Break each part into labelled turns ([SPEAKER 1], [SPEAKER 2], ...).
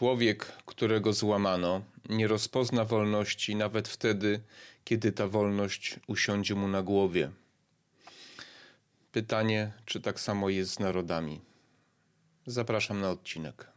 [SPEAKER 1] Człowiek, którego złamano, nie rozpozna wolności nawet wtedy, kiedy ta wolność usiądzie mu na głowie. Pytanie, czy tak samo jest z narodami? Zapraszam na odcinek.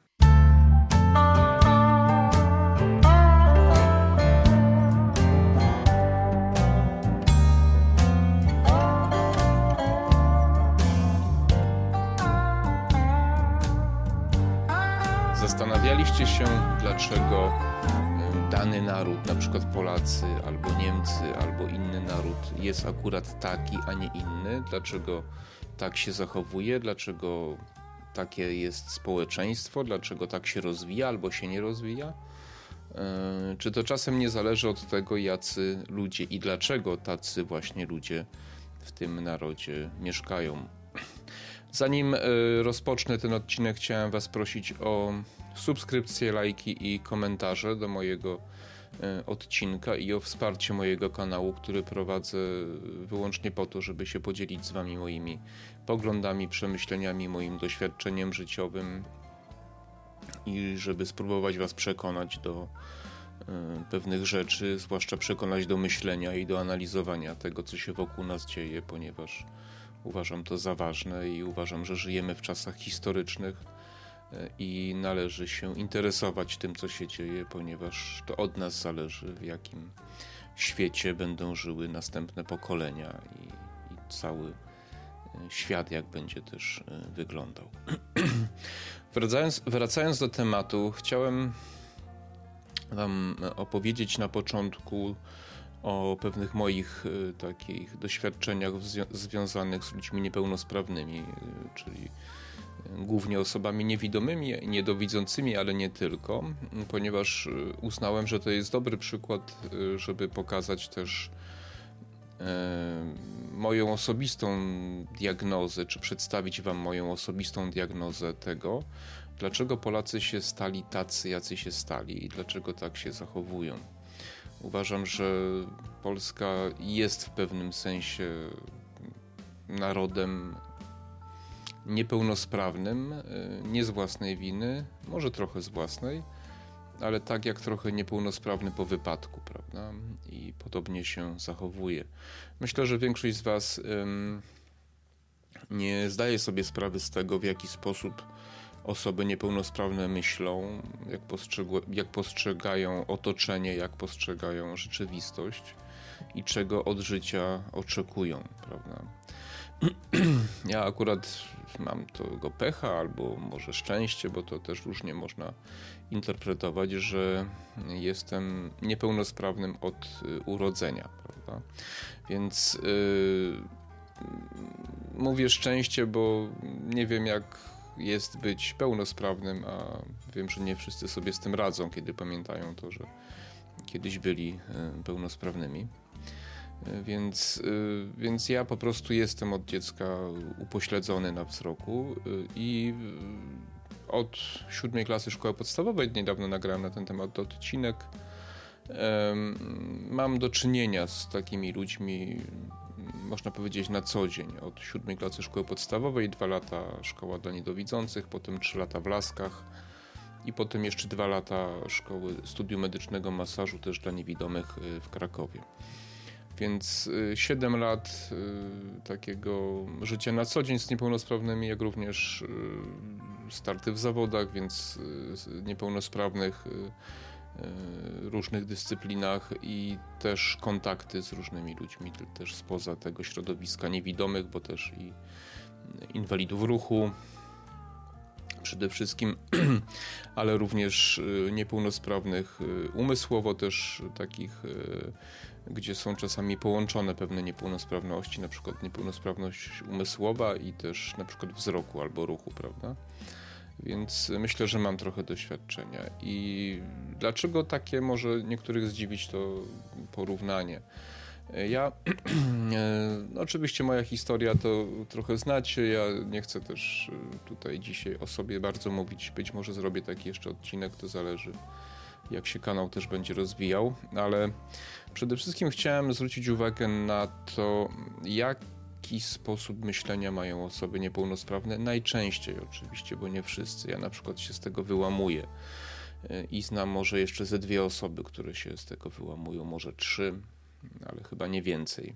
[SPEAKER 1] Zastanawialiście się, dlaczego dany naród, na przykład Polacy, albo Niemcy, albo inny naród jest akurat taki, a nie inny? Dlaczego tak się zachowuje? Dlaczego takie jest społeczeństwo? Dlaczego tak się rozwija albo się nie rozwija? Czy to czasem nie zależy od tego, jacy ludzie i dlaczego tacy właśnie ludzie w tym narodzie mieszkają? Zanim rozpocznę ten odcinek, chciałem Was prosić o subskrypcje, lajki i komentarze do mojego odcinka i o wsparcie mojego kanału, który prowadzę wyłącznie po to, żeby się podzielić z Wami moimi poglądami, przemyśleniami, moim doświadczeniem życiowym i żeby spróbować Was przekonać do pewnych rzeczy, zwłaszcza przekonać do myślenia i do analizowania tego, co się wokół nas dzieje, ponieważ uważam to za ważne i uważam, że żyjemy w czasach historycznych i należy się interesować tym, co się dzieje, ponieważ to od nas zależy, w jakim świecie będą żyły następne pokolenia i cały świat, jak będzie też wyglądał. Wracając do tematu, chciałem Wam opowiedzieć na początku o pewnych moich takich doświadczeniach związanych z ludźmi niepełnosprawnymi, czyli głównie osobami niewidomymi, niedowidzącymi, ale nie tylko, ponieważ uznałem, że to jest dobry przykład, żeby pokazać też moją osobistą diagnozę, czy przedstawić Wam moją osobistą diagnozę tego, dlaczego Polacy się stali tacy, jacy się stali i dlaczego tak się zachowują. Uważam, że Polska jest w pewnym sensie narodem niepełnosprawnym, nie z własnej winy, może trochę z własnej, ale tak jak trochę niepełnosprawny po wypadku, prawda? I podobnie się zachowuje. Myślę, że większość z Was nie zdaje sobie sprawy z tego, w jaki sposób osoby niepełnosprawne myślą, jak postrzegają otoczenie, jak postrzegają rzeczywistość i czego od życia oczekują, prawda? Ja akurat mam tego pecha albo może szczęście, bo to też różnie można interpretować, że jestem niepełnosprawnym od urodzenia, prawda? Więc mówię szczęście, bo nie wiem, jak jest być pełnosprawnym, a wiem, że nie wszyscy sobie z tym radzą, kiedy pamiętają to, że kiedyś byli pełnosprawnymi. Więc ja po prostu jestem od dziecka upośledzony na wzroku i od 7 klasy szkoły podstawowej, niedawno nagrałem na ten temat odcinek, mam do czynienia z takimi ludźmi, można powiedzieć, na co dzień. Od 7 klasy szkoły podstawowej, 2 lata szkoła dla niedowidzących, potem 3 lata w Laskach i potem jeszcze 2 lata szkoły studium medycznego masażu też dla niewidomych w Krakowie. Więc 7 lat takiego życia na co dzień z niepełnosprawnymi, jak również starty w zawodach, więc niepełnosprawnych różnych dyscyplinach i też kontakty z różnymi ludźmi, też spoza tego środowiska niewidomych, bo też i inwalidów ruchu przede wszystkim, ale również niepełnosprawnych umysłowo też takich, gdzie są czasami połączone pewne niepełnosprawności, na przykład niepełnosprawność umysłowa i też na przykład wzroku albo ruchu, prawda? Więc myślę, że mam trochę doświadczenia. I dlaczego takie może niektórych zdziwić to porównanie? Ja, oczywiście moja historia to trochę znacie, ja nie chcę też tutaj dzisiaj o sobie bardzo mówić, być może zrobię taki jeszcze odcinek, to zależy, jak się kanał też będzie rozwijał, ale przede wszystkim chciałem zwrócić uwagę na to, jaki sposób myślenia mają osoby niepełnosprawne, najczęściej oczywiście, bo nie wszyscy, ja na przykład się z tego wyłamuję. i znam może jeszcze ze 2 osoby, które się z tego wyłamują, może 3, ale chyba nie więcej.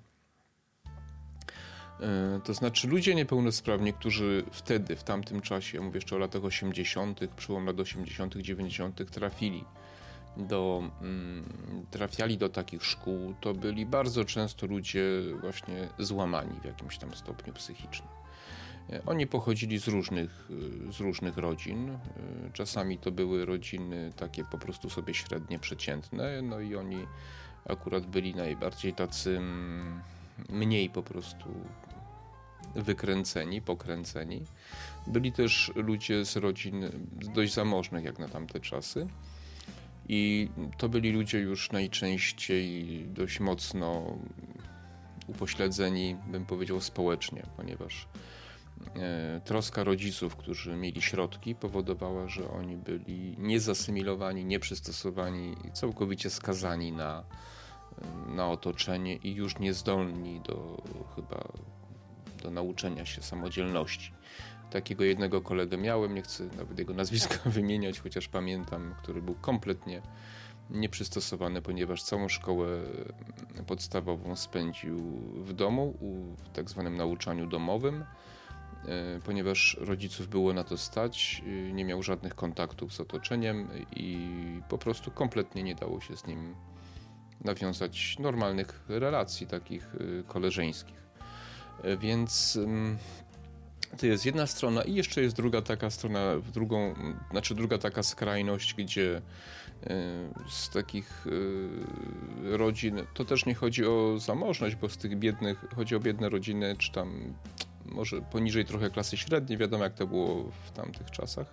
[SPEAKER 1] To znaczy ludzie niepełnosprawni, którzy wtedy, w tamtym czasie, ja mówię jeszcze o latach 80., przełom lat 80., 90., trafiali do takich szkół, to byli bardzo często ludzie właśnie złamani w jakimś tam stopniu psychicznym. Oni pochodzili z różnych rodzin. Czasami to były rodziny takie po prostu sobie średnie, przeciętne, no i oni akurat byli najbardziej tacy mniej po prostu wykręceni, pokręceni. Byli też ludzie z rodzin dość zamożnych jak na tamte czasy. I to byli ludzie już najczęściej dość mocno upośledzeni, bym powiedział, społecznie, ponieważ troska rodziców, którzy mieli środki, powodowała, że oni byli niezasymilowani, nieprzystosowani i całkowicie skazani na otoczenie i już niezdolni do nauczenia się samodzielności. Takiego jednego kolegę miałem, nie chcę nawet jego nazwiska wymieniać, chociaż pamiętam, który był kompletnie nieprzystosowany, ponieważ całą szkołę podstawową spędził w domu, w tak zwanym nauczaniu domowym, ponieważ rodziców było na to stać, nie miał żadnych kontaktów z otoczeniem i po prostu kompletnie nie dało się z nim nawiązać normalnych relacji, takich koleżeńskich. Więc to jest jedna strona i jeszcze jest druga taka strona, druga taka skrajność, gdzie z takich rodzin, to też nie chodzi o zamożność, bo z tych biednych, chodzi o biedne rodziny, czy tam może poniżej trochę klasy średniej, wiadomo jak to było w tamtych czasach,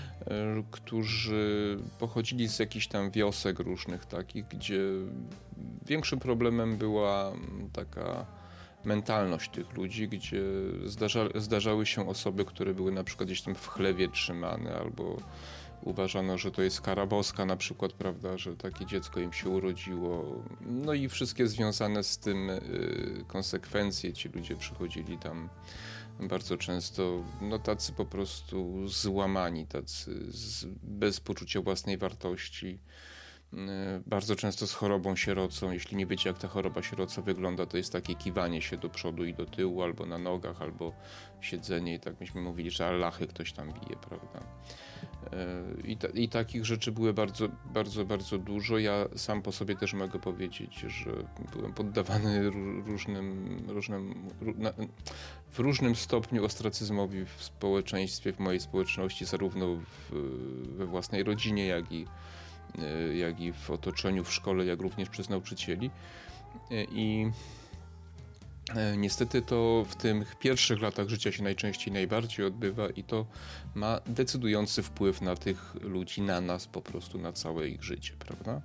[SPEAKER 1] którzy pochodzili z jakichś tam wiosek różnych takich, gdzie większym problemem była taka mentalność tych ludzi, gdzie zdarzały się osoby, które były na przykład gdzieś tam w chlewie trzymane, albo uważano, że to jest kara boska na przykład, prawda, że takie dziecko im się urodziło. No i wszystkie związane z tym konsekwencje. Ci ludzie przychodzili tam bardzo często, no tacy po prostu złamani, tacy bez poczucia własnej wartości. Bardzo często z chorobą sierocą. Jeśli nie wiecie, jak ta choroba sieroca wygląda, to jest takie kiwanie się do przodu i do tyłu, albo na nogach, albo siedzenie i tak myśmy mówili, że Allachy ktoś tam bije, prawda. I takich rzeczy były bardzo, bardzo, bardzo dużo. Ja sam po sobie też mogę powiedzieć, że byłem poddawany w różnym stopniu ostracyzmowi w społeczeństwie, w mojej społeczności, zarówno we własnej rodzinie, jak i w otoczeniu, w szkole, jak również przez nauczycieli. I niestety to w tych pierwszych latach życia się najbardziej odbywa i to ma decydujący wpływ na tych ludzi, na nas po prostu, na całe ich życie, prawda?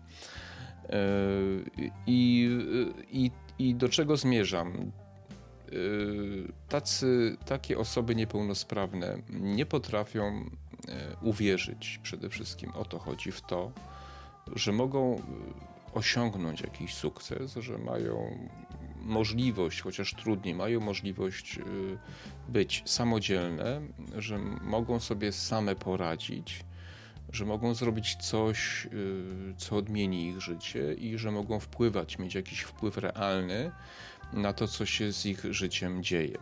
[SPEAKER 1] I do czego zmierzam? Takie osoby niepełnosprawne nie potrafią uwierzyć, przede wszystkim o to chodzi, w to, że mogą osiągnąć jakiś sukces, że mają możliwość, chociaż trudniej, mają możliwość być samodzielne, że mogą sobie same poradzić, że mogą zrobić coś, co odmieni ich życie i że mogą mieć jakiś wpływ realny na to, co się z ich życiem dzieje.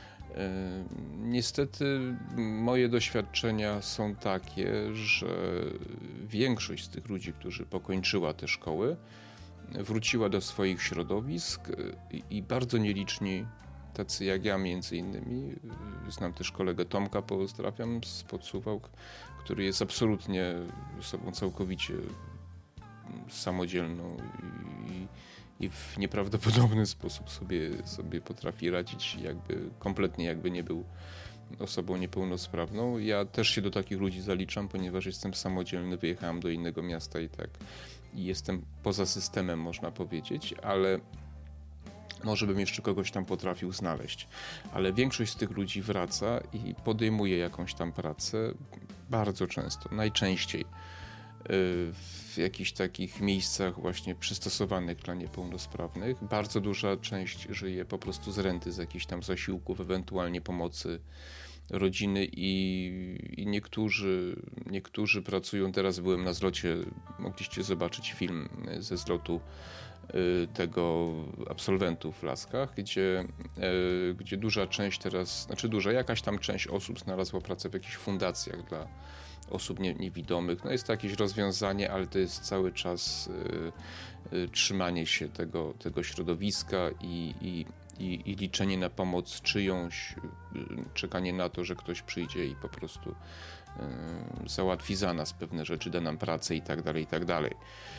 [SPEAKER 1] Niestety moje doświadczenia są takie, że większość z tych ludzi, którzy pokończyła te szkoły, wróciła do swoich środowisk i bardzo nieliczni, tacy jak ja między innymi, znam też kolegę Tomka, pozdrawiam, spod Suwałk, który jest absolutnie osobą całkowicie samodzielną i w nieprawdopodobny sposób sobie potrafi radzić, kompletnie nie był osobą niepełnosprawną. Ja też się do takich ludzi zaliczam, ponieważ jestem samodzielny, wyjechałem do innego miasta i jestem poza systemem, można powiedzieć, ale może bym jeszcze kogoś tam potrafił znaleźć. Ale większość z tych ludzi wraca i podejmuje jakąś tam pracę bardzo często, najczęściej w jakichś takich miejscach właśnie przystosowanych dla niepełnosprawnych. Bardzo duża część żyje po prostu z renty, z jakichś tam zasiłków, ewentualnie pomocy rodziny i niektórzy pracują. Teraz byłem na zlocie, mogliście zobaczyć film ze zlotu tego absolwentów w Laskach, gdzie duża część teraz, znaczy jakaś tam część osób znalazła pracę w jakichś fundacjach dla osób niewidomych. No jest to jakieś rozwiązanie, ale to jest cały czas trzymanie się tego środowiska i liczenie na pomoc czyjąś, czekanie na to, że ktoś przyjdzie i po prostu załatwi za nas pewne rzeczy, da nam pracę i tak dalej, i tak dalej.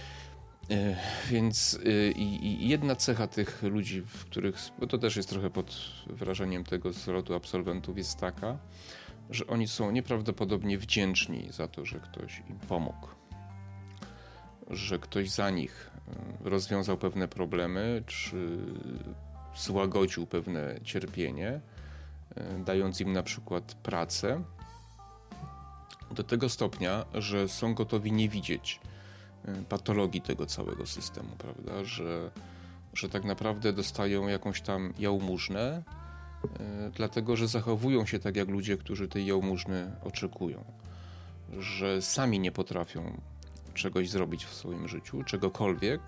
[SPEAKER 1] Więc jedna cecha tych ludzi, bo to też jest trochę pod wrażeniem tego zlotu absolwentów, jest taka, że oni są nieprawdopodobnie wdzięczni za to, że ktoś im pomógł, że ktoś za nich rozwiązał pewne problemy, czy złagodził pewne cierpienie, dając im na przykład pracę, do tego stopnia, że są gotowi nie widzieć patologii tego całego systemu, prawda? Że tak naprawdę dostają jakąś tam jałmużnę, dlatego że zachowują się tak jak ludzie, którzy tej jałmużny oczekują, że sami nie potrafią czegoś zrobić w swoim życiu, czegokolwiek,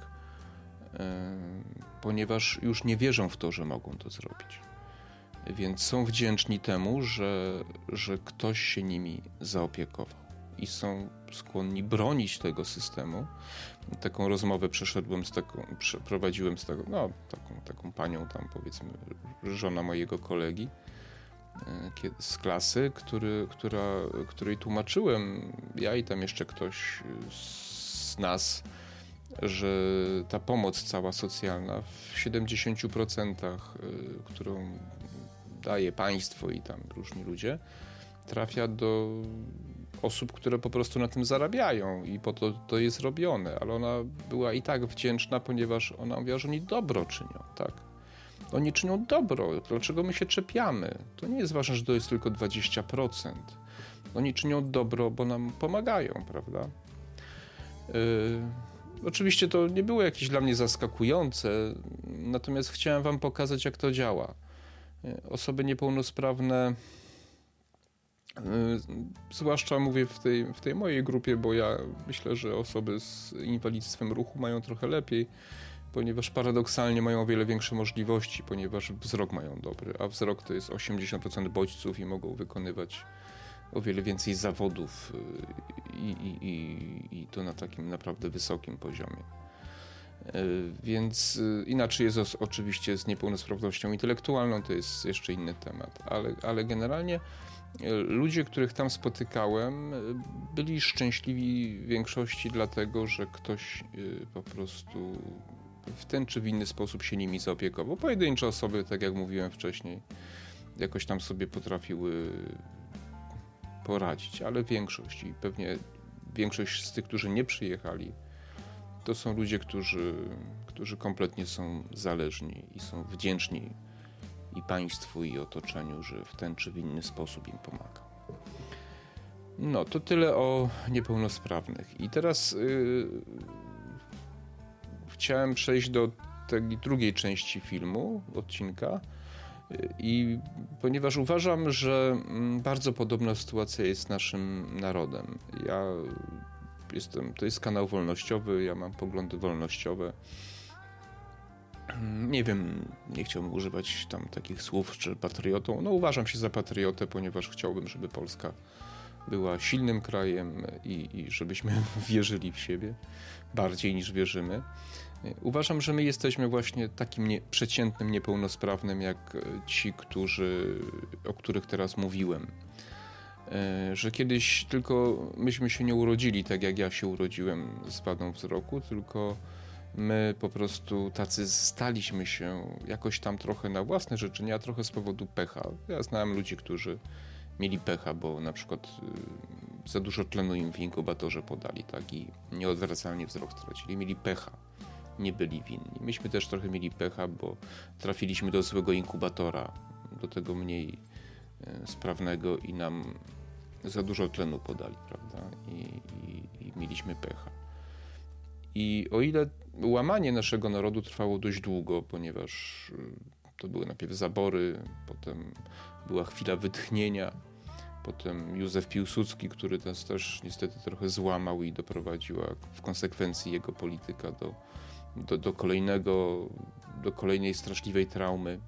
[SPEAKER 1] ponieważ już nie wierzą w to, że mogą to zrobić. Więc są wdzięczni temu, że ktoś się nimi zaopiekował i są skłonni bronić tego systemu. Taką rozmowę prowadziłem z taką panią tam, powiedzmy, żona mojego kolegi z klasy, której tłumaczyłem, ja i tam jeszcze ktoś z nas, że ta pomoc cała socjalna w 70%, którą daje państwo i tam różni ludzie, trafia do osób, które po prostu na tym zarabiają i po to jest robione, ale ona była i tak wdzięczna, ponieważ ona mówiła, że oni dobro czynią, tak? Oni czynią dobro, dlaczego my się czepiamy? To nie jest ważne, że to jest tylko 20%. Oni czynią dobro, bo nam pomagają, prawda? Oczywiście to nie było jakieś dla mnie zaskakujące, natomiast chciałem wam pokazać, jak to działa. Osoby niepełnosprawne, zwłaszcza mówię w tej mojej grupie, bo ja myślę, że osoby z inwalidztwem ruchu mają trochę lepiej, ponieważ paradoksalnie mają o wiele większe możliwości, ponieważ wzrok mają dobry, a wzrok to jest 80% bodźców i mogą wykonywać o wiele więcej zawodów i to na takim naprawdę wysokim poziomie. Więc inaczej jest oczywiście z niepełnosprawnością intelektualną, to jest jeszcze inny temat, ale generalnie ludzie, których tam spotykałem, byli szczęśliwi w większości dlatego, że ktoś po prostu w ten czy w inny sposób się nimi zaopiekował. Pojedyncze osoby, tak jak mówiłem wcześniej, jakoś tam sobie potrafiły poradzić, ale większość i pewnie większość z tych, którzy nie przyjechali, to są ludzie, którzy kompletnie są zależni i są wdzięczni i państwu, i otoczeniu, że w ten czy w inny sposób im pomaga. No, to tyle o niepełnosprawnych. I teraz chciałem przejść do tej drugiej części filmu, odcinka, i ponieważ uważam, że bardzo podobna sytuacja jest z naszym narodem. To jest kanał wolnościowy, ja mam poglądy wolnościowe. Nie wiem, nie chciałbym używać tam takich słów, czy patriotą. No uważam się za patriotę, ponieważ chciałbym, żeby Polska była silnym krajem i żebyśmy wierzyli w siebie bardziej niż wierzymy. Uważam, że my jesteśmy właśnie takim przeciętnym niepełnosprawnym, jak ci, o których teraz mówiłem. Że kiedyś tylko myśmy się nie urodzili tak, jak ja się urodziłem z wadą wzroku, tylko my po prostu tacy staliśmy się jakoś tam trochę na własne życzenia, a trochę z powodu pecha. Ja znałem ludzi, którzy mieli pecha, bo na przykład za dużo tlenu im w inkubatorze podali, tak, i nieodwracalnie wzrok stracili. Mieli pecha, nie byli winni. Myśmy też trochę mieli pecha, bo trafiliśmy do złego inkubatora, do tego mniej sprawnego i nam za dużo tlenu podali, prawda, i mieliśmy pecha. I o ile łamanie naszego narodu trwało dość długo, ponieważ to były najpierw zabory, potem była chwila wytchnienia, Potem Józef Piłsudski, który nas też niestety trochę złamał i doprowadziła w konsekwencji jego polityka do kolejnej straszliwej traumy.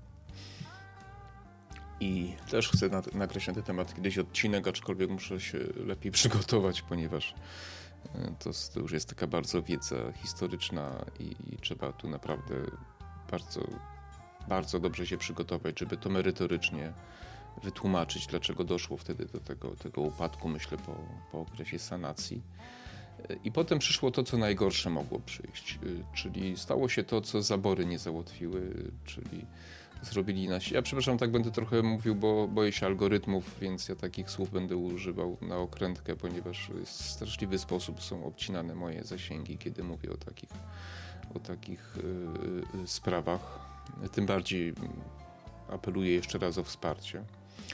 [SPEAKER 1] I też chcę nagrać na ten temat kiedyś odcinek, aczkolwiek muszę się lepiej przygotować, ponieważ to już jest taka bardzo wiedza historyczna i trzeba tu naprawdę bardzo, bardzo dobrze się przygotować, żeby to merytorycznie wytłumaczyć, dlaczego doszło wtedy do tego upadku, myślę, po okresie sanacji. I potem przyszło to, co najgorsze mogło przyjść, czyli stało się to, co zabory nie załatwiły, czyli zrobili nasi... Ja przepraszam, tak będę trochę mówił, bo boję się algorytmów, więc ja takich słów będę używał na okrętkę, ponieważ w straszliwy sposób są obcinane moje zasięgi, kiedy mówię o takich sprawach. Tym bardziej apeluję jeszcze raz o wsparcie.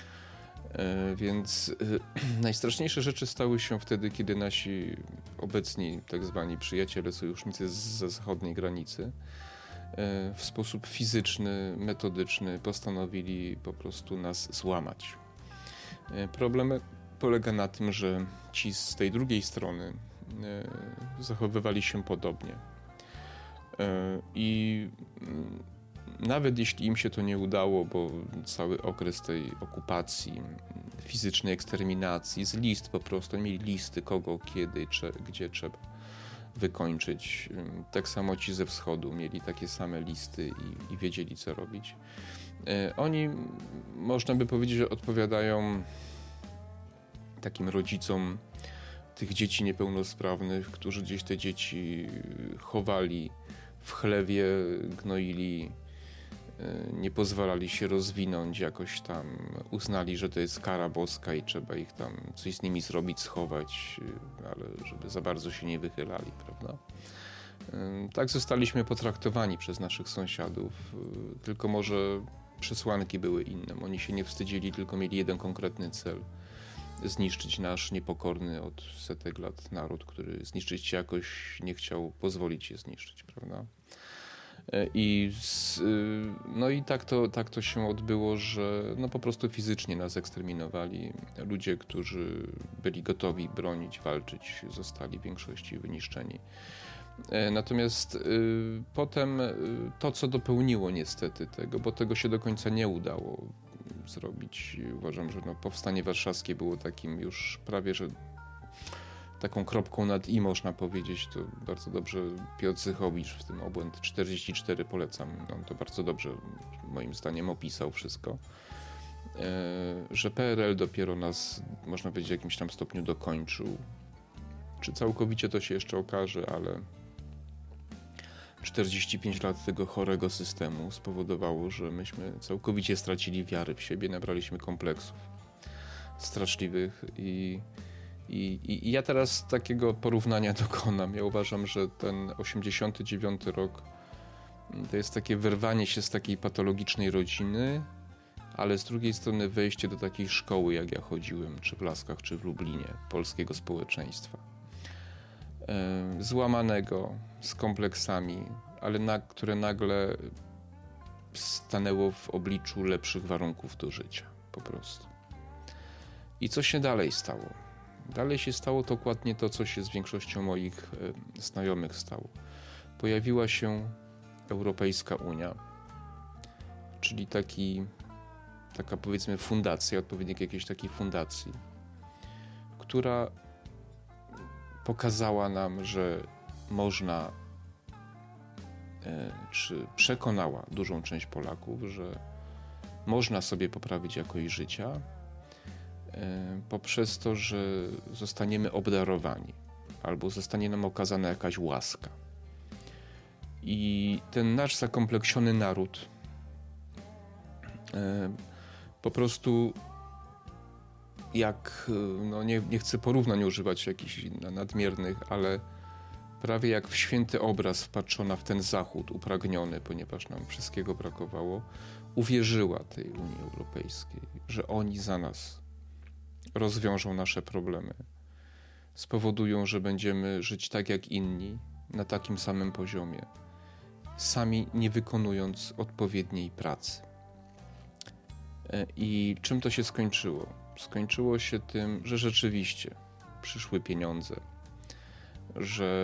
[SPEAKER 1] Więc najstraszniejsze rzeczy stały się wtedy, kiedy nasi obecni tak zwani przyjaciele, sojusznicy zza zachodniej granicy w sposób fizyczny, metodyczny postanowili po prostu nas złamać. Problem polega na tym, że ci z tej drugiej strony zachowywali się podobnie. I nawet jeśli im się to nie udało, bo cały okres tej okupacji, fizycznej eksterminacji, z list po prostu, oni mieli listy kogo, kiedy, gdzie trzeba wykończyć. Tak samo ci ze wschodu mieli takie same listy i wiedzieli, co robić. Oni, można by powiedzieć, że odpowiadają takim rodzicom tych dzieci niepełnosprawnych, którzy gdzieś te dzieci chowali w chlewie, gnoili, nie pozwalali się rozwinąć, jakoś tam uznali, że to jest kara boska i trzeba ich tam coś z nimi zrobić, schować, ale żeby za bardzo się nie wychylali, prawda? Tak zostaliśmy potraktowani przez naszych sąsiadów, tylko może przesłanki były inne. Oni się nie wstydzili, tylko mieli jeden konkretny cel: zniszczyć nasz niepokorny od setek lat naród, który zniszczyć się jakoś nie chciał pozwolić się zniszczyć, prawda? No i tak to się odbyło, że no po prostu fizycznie nas eksterminowali. Ludzie, którzy byli gotowi bronić, walczyć, zostali w większości wyniszczeni. Natomiast potem to, co dopełniło niestety tego, bo tego się do końca nie udało zrobić. Uważam, że powstanie warszawskie było takim już prawie, że taką kropką nad i, można powiedzieć. To bardzo dobrze Piotr Zychowicz w tym Obłęd 44 polecam. On to bardzo dobrze, moim zdaniem, opisał wszystko. Że PRL dopiero nas, można powiedzieć, w jakimś tam stopniu dokończył. Czy całkowicie, to się jeszcze okaże, ale 45 lat tego chorego systemu spowodowało, że myśmy całkowicie stracili wiarę w siebie, nabraliśmy kompleksów straszliwych i ja teraz takiego porównania dokonam. Ja uważam, że ten 89 rok to jest takie wyrwanie się z takiej patologicznej rodziny, ale z drugiej strony wejście do takiej szkoły, jak ja chodziłem, czy w Laskach, czy w Lublinie, polskiego społeczeństwa. Złamanego, z kompleksami, ale które nagle stanęło w obliczu lepszych warunków do życia, po prostu. I co się dalej stało? Dalej się stało dokładnie to, co się z większością moich znajomych stało. Pojawiła się Europejska Unia, czyli taka, powiedzmy, fundacja, odpowiednik jakiejś takiej fundacji, która pokazała nam, że można, czy przekonała dużą część Polaków, że można sobie poprawić jakość życia poprzez to, że zostaniemy obdarowani albo zostanie nam okazana jakaś łaska. I ten nasz zakompleksiony naród po prostu, jak, no nie chcę porównań używać jakichś nadmiernych, ale prawie jak w święty obraz wpatrzona w ten Zachód upragniony, ponieważ nam wszystkiego brakowało, uwierzyła tej Unii Europejskiej, że oni za nas rozwiążą nasze problemy, spowodują, że będziemy żyć tak jak inni, na takim samym poziomie, sami nie wykonując odpowiedniej pracy. I czym to się skończyło? Skończyło się tym, że rzeczywiście przyszły pieniądze, że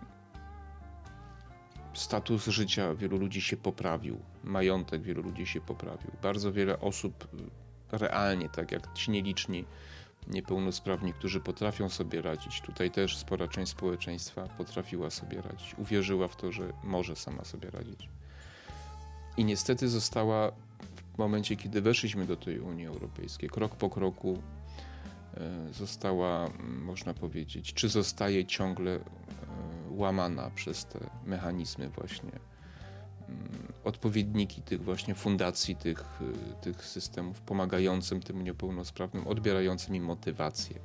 [SPEAKER 1] status życia wielu ludzi się poprawił, majątek wielu ludzi się poprawił. Bardzo wiele osób realnie, tak jak ci nieliczni niepełnosprawni, którzy potrafią sobie radzić. Tutaj też spora część społeczeństwa potrafiła sobie radzić. Uwierzyła w to, że może sama sobie radzić. I niestety została w momencie, kiedy weszliśmy do tej Unii Europejskiej, krok po kroku została, można powiedzieć, czy zostaje ciągle łamana przez te mechanizmy właśnie, odpowiedniki tych właśnie fundacji, tych systemów pomagającym tym niepełnosprawnym, odbierającym im motywację.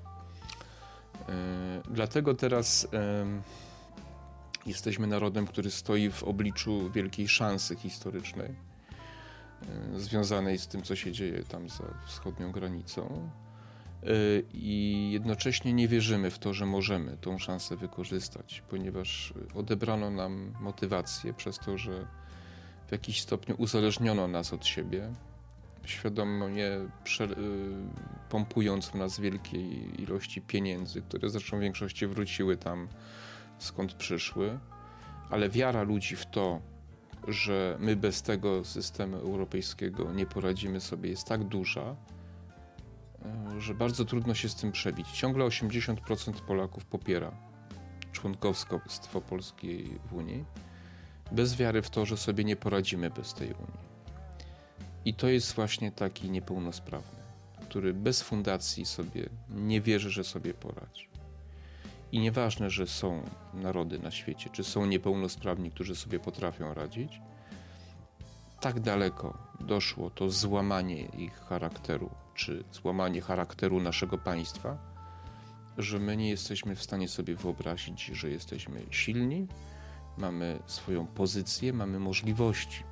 [SPEAKER 1] Dlatego teraz jesteśmy narodem, który stoi w obliczu wielkiej szansy historycznej związanej z tym, co się dzieje tam za wschodnią granicą. I jednocześnie nie wierzymy w to, że możemy tą szansę wykorzystać, ponieważ odebrano nam motywację przez to, że w jakiś stopniu uzależniono nas od siebie, świadomie pompując w nas wielkiej ilości pieniędzy, które zresztą w większości wróciły tam, skąd przyszły, ale wiara ludzi w to, że my bez tego systemu europejskiego nie poradzimy sobie, jest tak duża, że bardzo trudno się z tym przebić. Ciągle 80% Polaków popiera członkostwo Polski w Unii, bez wiary w to, że sobie nie poradzimy bez tej Unii. I to jest właśnie taki niepełnosprawny, który bez fundacji sobie nie wierzy, że sobie poradzi. I nieważne, że są narody na świecie, czy są niepełnosprawni, którzy sobie potrafią radzić, tak daleko doszło to złamanie ich charakteru, czy złamanie charakteru naszego państwa, że my nie jesteśmy w stanie sobie wyobrazić, że jesteśmy silni, mamy swoją pozycję, mamy możliwości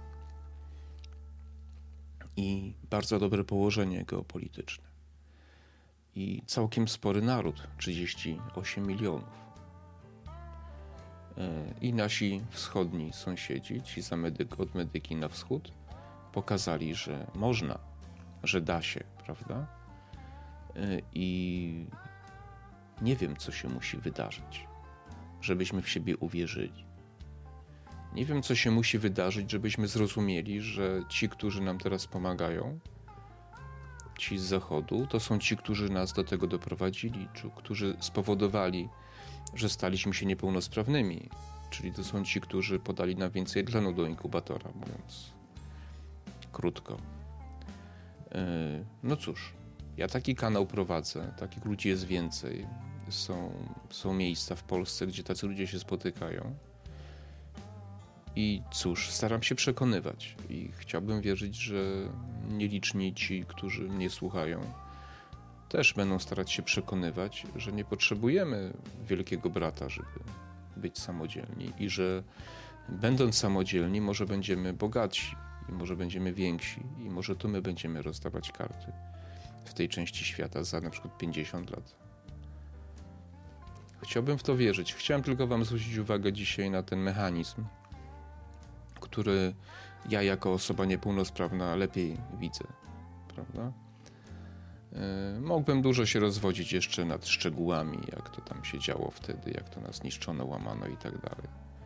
[SPEAKER 1] i bardzo dobre położenie geopolityczne. I całkiem spory naród, 38 milionów. I nasi wschodni sąsiedzi, ci od Medyki na wschód, pokazali, że można, że da się, prawda? I nie wiem, co się musi wydarzyć, żebyśmy w siebie uwierzyli. Nie wiem, co się musi wydarzyć, żebyśmy zrozumieli, że ci, którzy nam teraz pomagają, ci z Zachodu, to są ci, którzy nas do tego doprowadzili, czy którzy spowodowali, że staliśmy się niepełnosprawnymi. Czyli to są ci, którzy podali nam więcej tlenu do inkubatora, mówiąc krótko. No cóż, ja taki kanał prowadzę, takich ludzi jest więcej. Są miejsca w Polsce, gdzie tacy ludzie się spotykają. I cóż, staram się przekonywać i chciałbym wierzyć, że nieliczni ci, którzy mnie słuchają, też będą starać się przekonywać, że nie potrzebujemy wielkiego brata, żeby być samodzielni i że będąc samodzielni może będziemy bogatsi i może będziemy więksi i może to my będziemy rozdawać karty w tej części świata za na przykład 50 lat. Chciałbym w to wierzyć. Chciałem tylko wam zwrócić uwagę dzisiaj na ten mechanizm, który ja jako osoba niepełnosprawna lepiej widzę, prawda? Mógłbym dużo się rozwodzić jeszcze nad szczegółami, jak to tam się działo wtedy, jak to nas niszczono, łamano i tak dalej.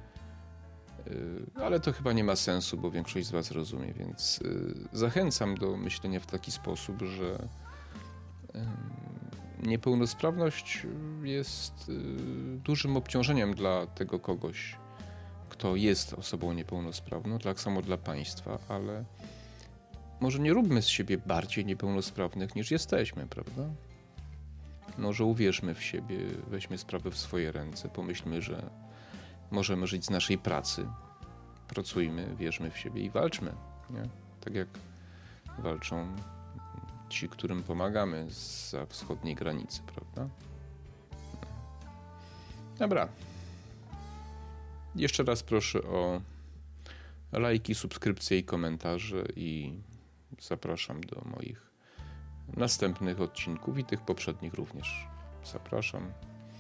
[SPEAKER 1] Ale to chyba nie ma sensu, bo większość z was rozumie, więc zachęcam do myślenia w taki sposób, że niepełnosprawność jest dużym obciążeniem dla tego kogoś, kto jest osobą niepełnosprawną, tak samo dla państwa, ale może nie róbmy z siebie bardziej niepełnosprawnych niż jesteśmy, prawda? Może uwierzmy w siebie, weźmy sprawę w swoje ręce, pomyślmy, że możemy żyć z naszej pracy. Pracujmy, wierzmy w siebie i walczmy, nie? Tak jak walczą ci, którym pomagamy zza wschodniej granicy, prawda? Dobra. Jeszcze raz proszę o lajki, subskrypcje i komentarze i zapraszam do moich następnych odcinków i tych poprzednich również. Zapraszam.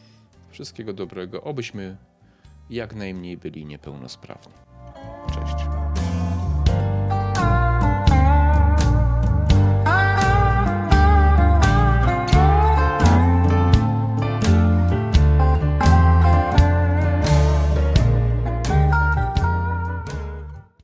[SPEAKER 1] Wszystkiego dobrego, obyśmy jak najmniej byli niepełnosprawni. Cześć.